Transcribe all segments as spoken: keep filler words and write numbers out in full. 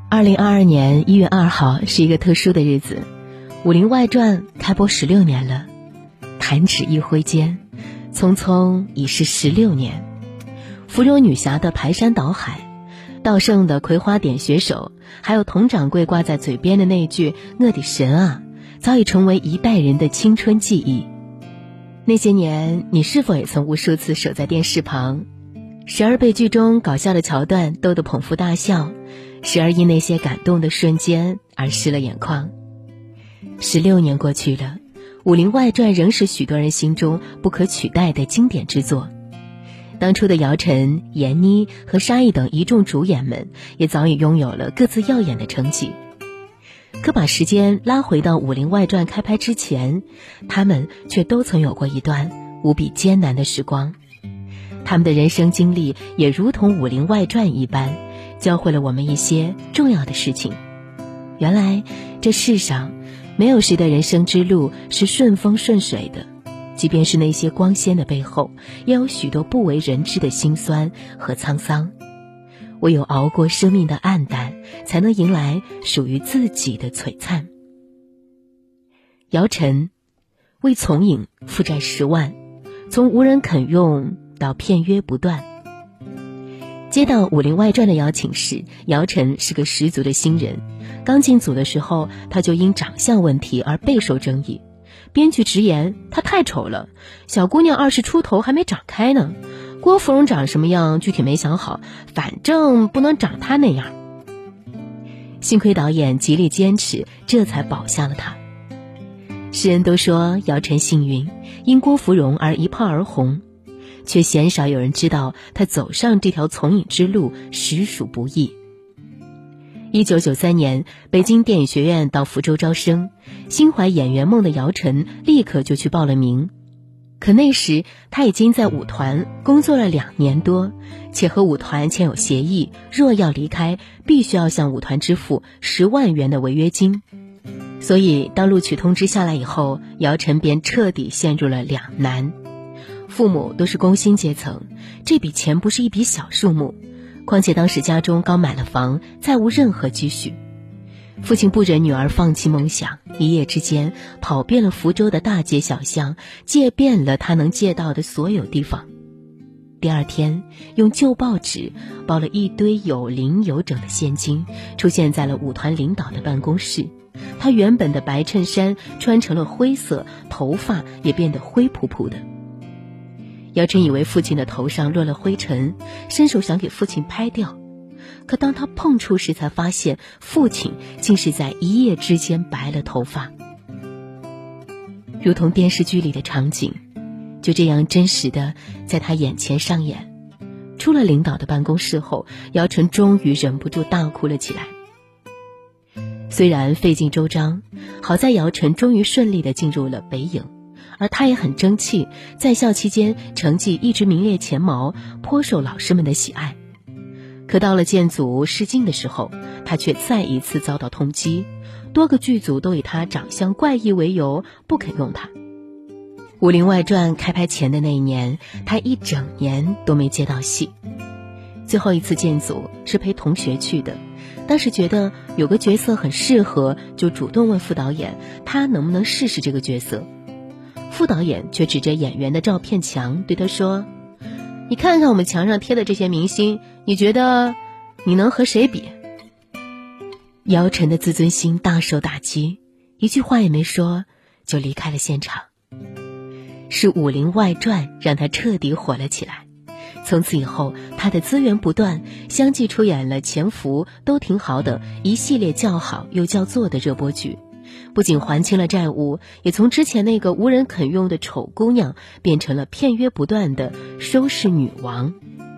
二零二二年一月二号是一个特殊的日子，《武林外传》开播十六年了，弹指一挥间，匆匆已是十六年。芙蓉女侠的排山倒海，道圣的葵花点穴手，还有佟掌柜挂在嘴边的那句“我的神啊”，早已成为一代人的青春记忆。那些年，你是否也曾无数次守在电视旁，时而被剧中搞笑的桥段逗得捧腹大笑，时而因那些感动的瞬间而湿了眼眶。十六年过去了，《武林外传》仍是许多人心中不可取代的经典之作。当初的姚晨、闫妮和沙溢等一众主演们也早已拥有了各自耀眼的成绩。可把时间拉回到《武林外传》开拍之前，他们却都曾有过一段无比艰难的时光。他们的人生经历也如同《武林外传》一般，教会了我们一些重要的事情。原来这世上没有谁的人生之路是顺风顺水的，即便是那些光鲜的背后，也有许多不为人知的辛酸和沧桑。唯有熬过生命的暗淡，才能迎来属于自己的璀璨。姚晨为从影负债十万，从无人肯用到片约不断。接到《武林外传》的邀请时，姚晨是个十足的新人。刚进组的时候，他就因长相问题而备受争议。编剧直言她太丑了，小姑娘二十出头还没长开呢。郭芙蓉长什么样具体没想好，反正不能长她那样。幸亏导演极力坚持，这才保下了她。世人都说姚晨幸运，因郭芙蓉而一炮而红，却鲜少有人知道她走上这条从影之路实属不易。一九九三年，北京电影学院到福州招生，心怀演员梦的姚晨立刻就去报了名。可那时她已经在舞团工作了两年多，且和舞团签有协议，若要离开，必须要向舞团支付十万元的违约金。所以当录取通知下来以后，姚晨便彻底陷入了两难。父母都是工薪阶层，这笔钱不是一笔小数目，况且当时家中刚买了房，再无任何积蓄。父亲不忍女儿放弃梦想，一夜之间跑遍了福州的大街小巷，借遍了他能借到的所有地方。第二天，用旧报纸包了一堆有零有整的现金，出现在了舞团领导的办公室。他原本的白衬衫穿成了灰色，头发也变得灰扑扑的。姚晨以为父亲的头上落了灰尘，伸手想给父亲拍掉，可当他碰触时，才发现父亲竟是在一夜之间白了头发。如同电视剧里的场景，就这样真实的在他眼前上演。出了领导的办公室后，姚晨终于忍不住大哭了起来。虽然费尽周章，好在姚晨终于顺利地进入了北影，而他也很争气，在校期间成绩一直名列前茅，颇受老师们的喜爱。可到了建组试镜的时候，他却再一次遭到通缉，多个剧组都以他长相怪异为由不肯用他。《武林外传》开拍前的那一年，他一整年都没接到戏。最后一次建组是陪同学去的，当时觉得有个角色很适合，就主动问副导演他能不能试试这个角色。副导演却指着演员的照片墙对他说，你看看我们墙上贴的这些明星，你觉得你能和谁比？姚晨的自尊心大受打击，一句话也没说就离开了现场。是《武林外传》让他彻底火了起来，从此以后他的资源不断，相继出演了《潜伏》《都挺好》等一系列叫好又叫座的热播剧，不仅还清了债务，也从之前那个无人肯用的丑姑娘变成了片约不断的收视女王。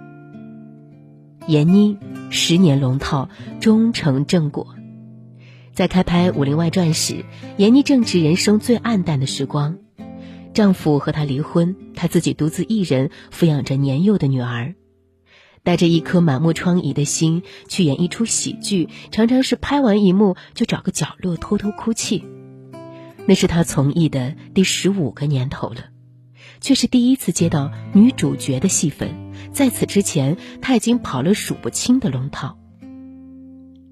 闫妮十年龙套，终成正果。在开拍《武林外传》时，闫妮正值人生最暗淡的时光，丈夫和她离婚，她自己独自一人抚养着年幼的女儿，带着一颗满目疮痍的心去演一出喜剧，常常是拍完一幕就找个角落偷偷哭泣。那是她从艺的第十五个年头了，却是第一次接到女主角的戏份，在此之前她已经跑了数不清的龙套。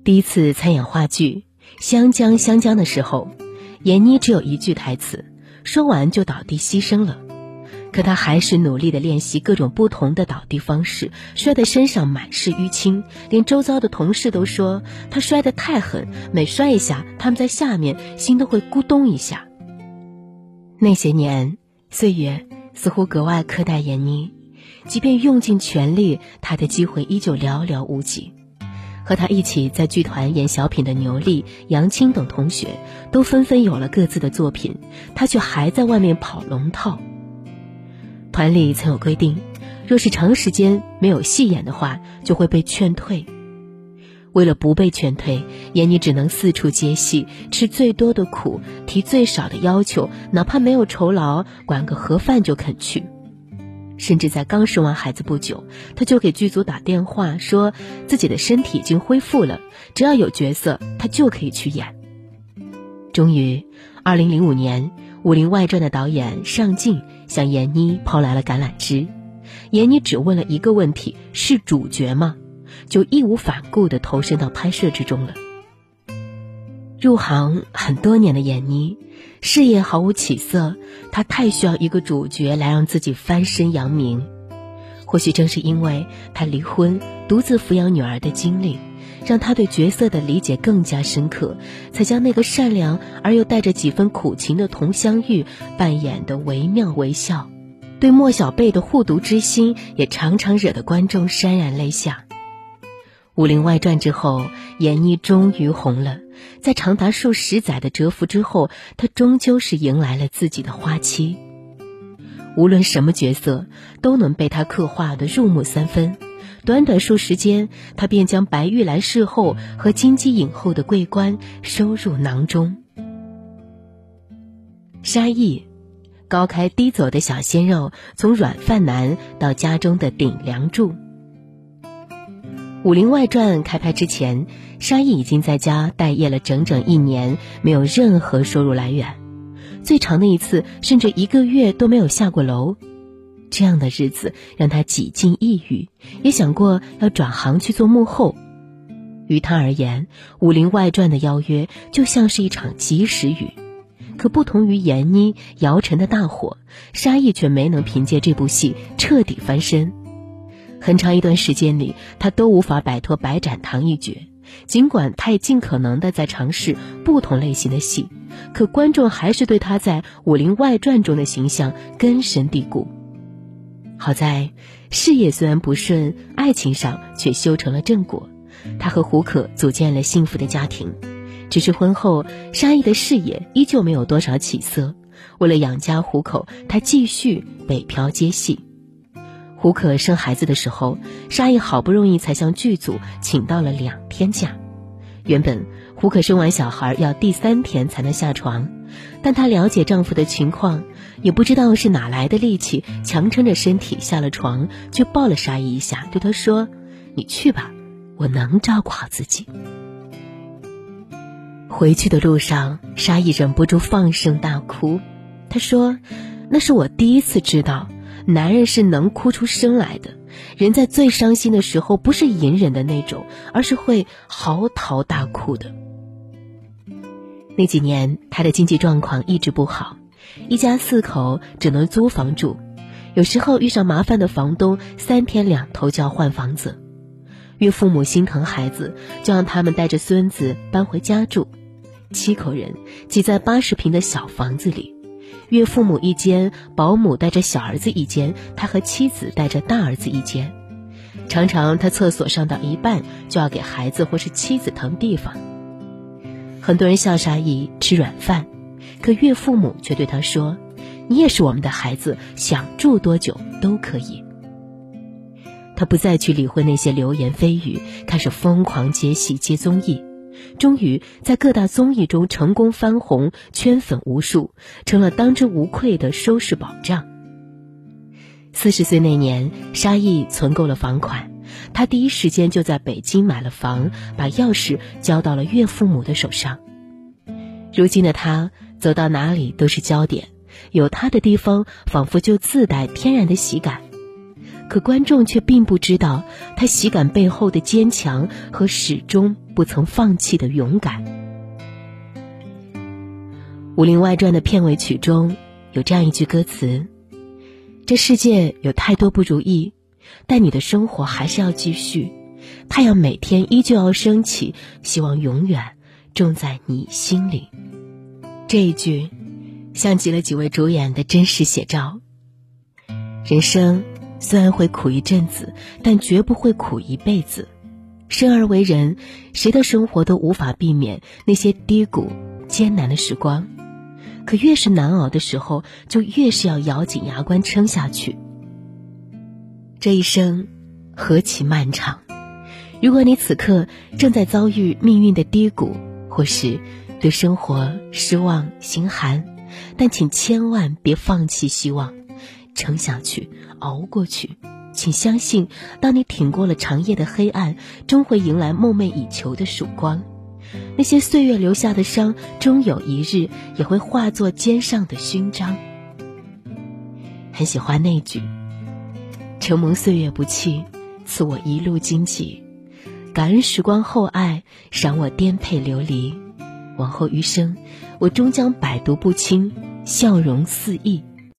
第一次参演话剧《湘江湘江》的时候，闫妮只有一句台词，说完就倒地牺牲了。可她还是努力地练习各种不同的倒地方式，摔得身上满是淤青，连周遭的同事都说她摔得太狠，每摔一下他们在下面心都会咕咚一下。那些年岁月似乎格外苛待闫妮，即便用尽全力，她的机会依旧寥寥无几。和她一起在剧团演小品的牛莉、杨青等同学都纷纷有了各自的作品，她却还在外面跑龙套。团里曾有规定，若是长时间没有戏演的话，就会被劝退。为了不被劝退，闫妮只能四处接戏，吃最多的苦，提最少的要求，哪怕没有酬劳，管个盒饭就肯去。甚至在刚生完孩子不久，她就给剧组打电话，说自己的身体已经恢复了，只要有角色，她就可以去演。终于二零零五年《武林外传》的导演尚敬向闫妮抛来了橄榄枝，闫妮只问了一个问题，是主角吗？就义无反顾地投身到拍摄之中了。入行很多年的闫妮，事业毫无起色，她太需要一个主角来让自己翻身扬名。或许正是因为她离婚独自抚养女儿的经历，让她对角色的理解更加深刻，才将那个善良而又带着几分苦情的佟湘玉扮演得惟妙惟肖，对莫小贝的护犊之心也常常惹得观众潸然泪下。《武林外传》之后，闫妮终于红了，在长达数十载的蛰伏之后，她终究是迎来了自己的花期。无论什么角色都能被她刻画得入木三分，短短数时间，她便将白玉兰视后和金鸡影后的桂冠收入囊中。沙溢，高开低走的小鲜肉，从软饭男到家中的顶梁柱。《武林外传》开拍之前，沙溢已经在家待业了整整一年，没有任何收入来源，最长的一次甚至一个月都没有下过楼。这样的日子让他几近抑郁，也想过要转行去做幕后。于他而言，《武林外传》的邀约就像是一场及时雨，可不同于闫妮、姚晨的大火，沙溢却没能凭借这部戏彻底翻身。很长一段时间里，他都无法摆脱白展堂一角，尽管他也尽可能地在尝试不同类型的戏，可观众还是对他在《武林外传》中的形象根深蒂固。好在事业虽然不顺，爱情上却修成了正果，他和胡可组建了幸福的家庭。只是婚后，沙溢的事业依旧没有多少起色，为了养家糊口，他继续北漂接戏。胡可生孩子的时候，沙溢好不容易才向剧组请到了两天假。原本胡可生完小孩要第三天才能下床，但她了解丈夫的情况，也不知道是哪来的力气，强撑着身体下了床，却抱了沙溢一下，对他说：“你去吧，我能照顾好自己。”回去的路上，沙溢忍不住放声大哭。她说：“那是我第一次知道男人是能哭出声来的，人在最伤心的时候不是隐忍的那种，而是会嚎啕大哭的。”那几年他的经济状况一直不好，一家四口只能租房住，有时候遇上麻烦的房东，三天两头就要换房子。岳父母心疼孩子，就让他们带着孙子搬回家住。七口人挤在八十平的小房子里，岳父母一间，保姆带着小儿子一间，他和妻子带着大儿子一间。常常他厕所上到一半就要给孩子或是妻子腾地方。很多人笑沙溢吃软饭，可岳父母却对他说：“你也是我们的孩子，想住多久都可以。”他不再去理会那些流言蜚语，开始疯狂接戏接综艺，终于在各大综艺中成功翻红，圈粉无数，成了当之无愧的收视保障。四十岁那年，沙溢存够了房款，他第一时间就在北京买了房，把钥匙交到了岳父母的手上。如今的他走到哪里都是焦点，有他的地方仿佛就自带天然的喜感。 可观众却并不知道他喜感背后的坚强和始终不曾放弃的勇敢。《武林外传》的片尾曲中有这样一句歌词：这世界有太多不如意，但你的生活还是要继续，太阳每天依旧要升起，希望永远种在你心里。这一句像极了几位主演的真实写照。人生虽然会苦一阵子，但绝不会苦一辈子。生而为人，谁的生活都无法避免那些低谷艰难的时光，可越是难熬的时候，就越是要咬紧牙关撑下去。这一生何其漫长，如果你此刻正在遭遇命运的低谷，或是对生活失望心寒，但请千万别放弃希望，撑下去，熬过去。请相信，当你挺过了长夜的黑暗，终会迎来梦寐以求的曙光。那些岁月留下的伤，终有一日也会化作肩上的勋章。很喜欢那句：承蒙岁月不弃，赐我一路荆棘，感恩时光厚爱，赏我颠沛流离。往后余生，我终将百毒不侵，笑容四溢。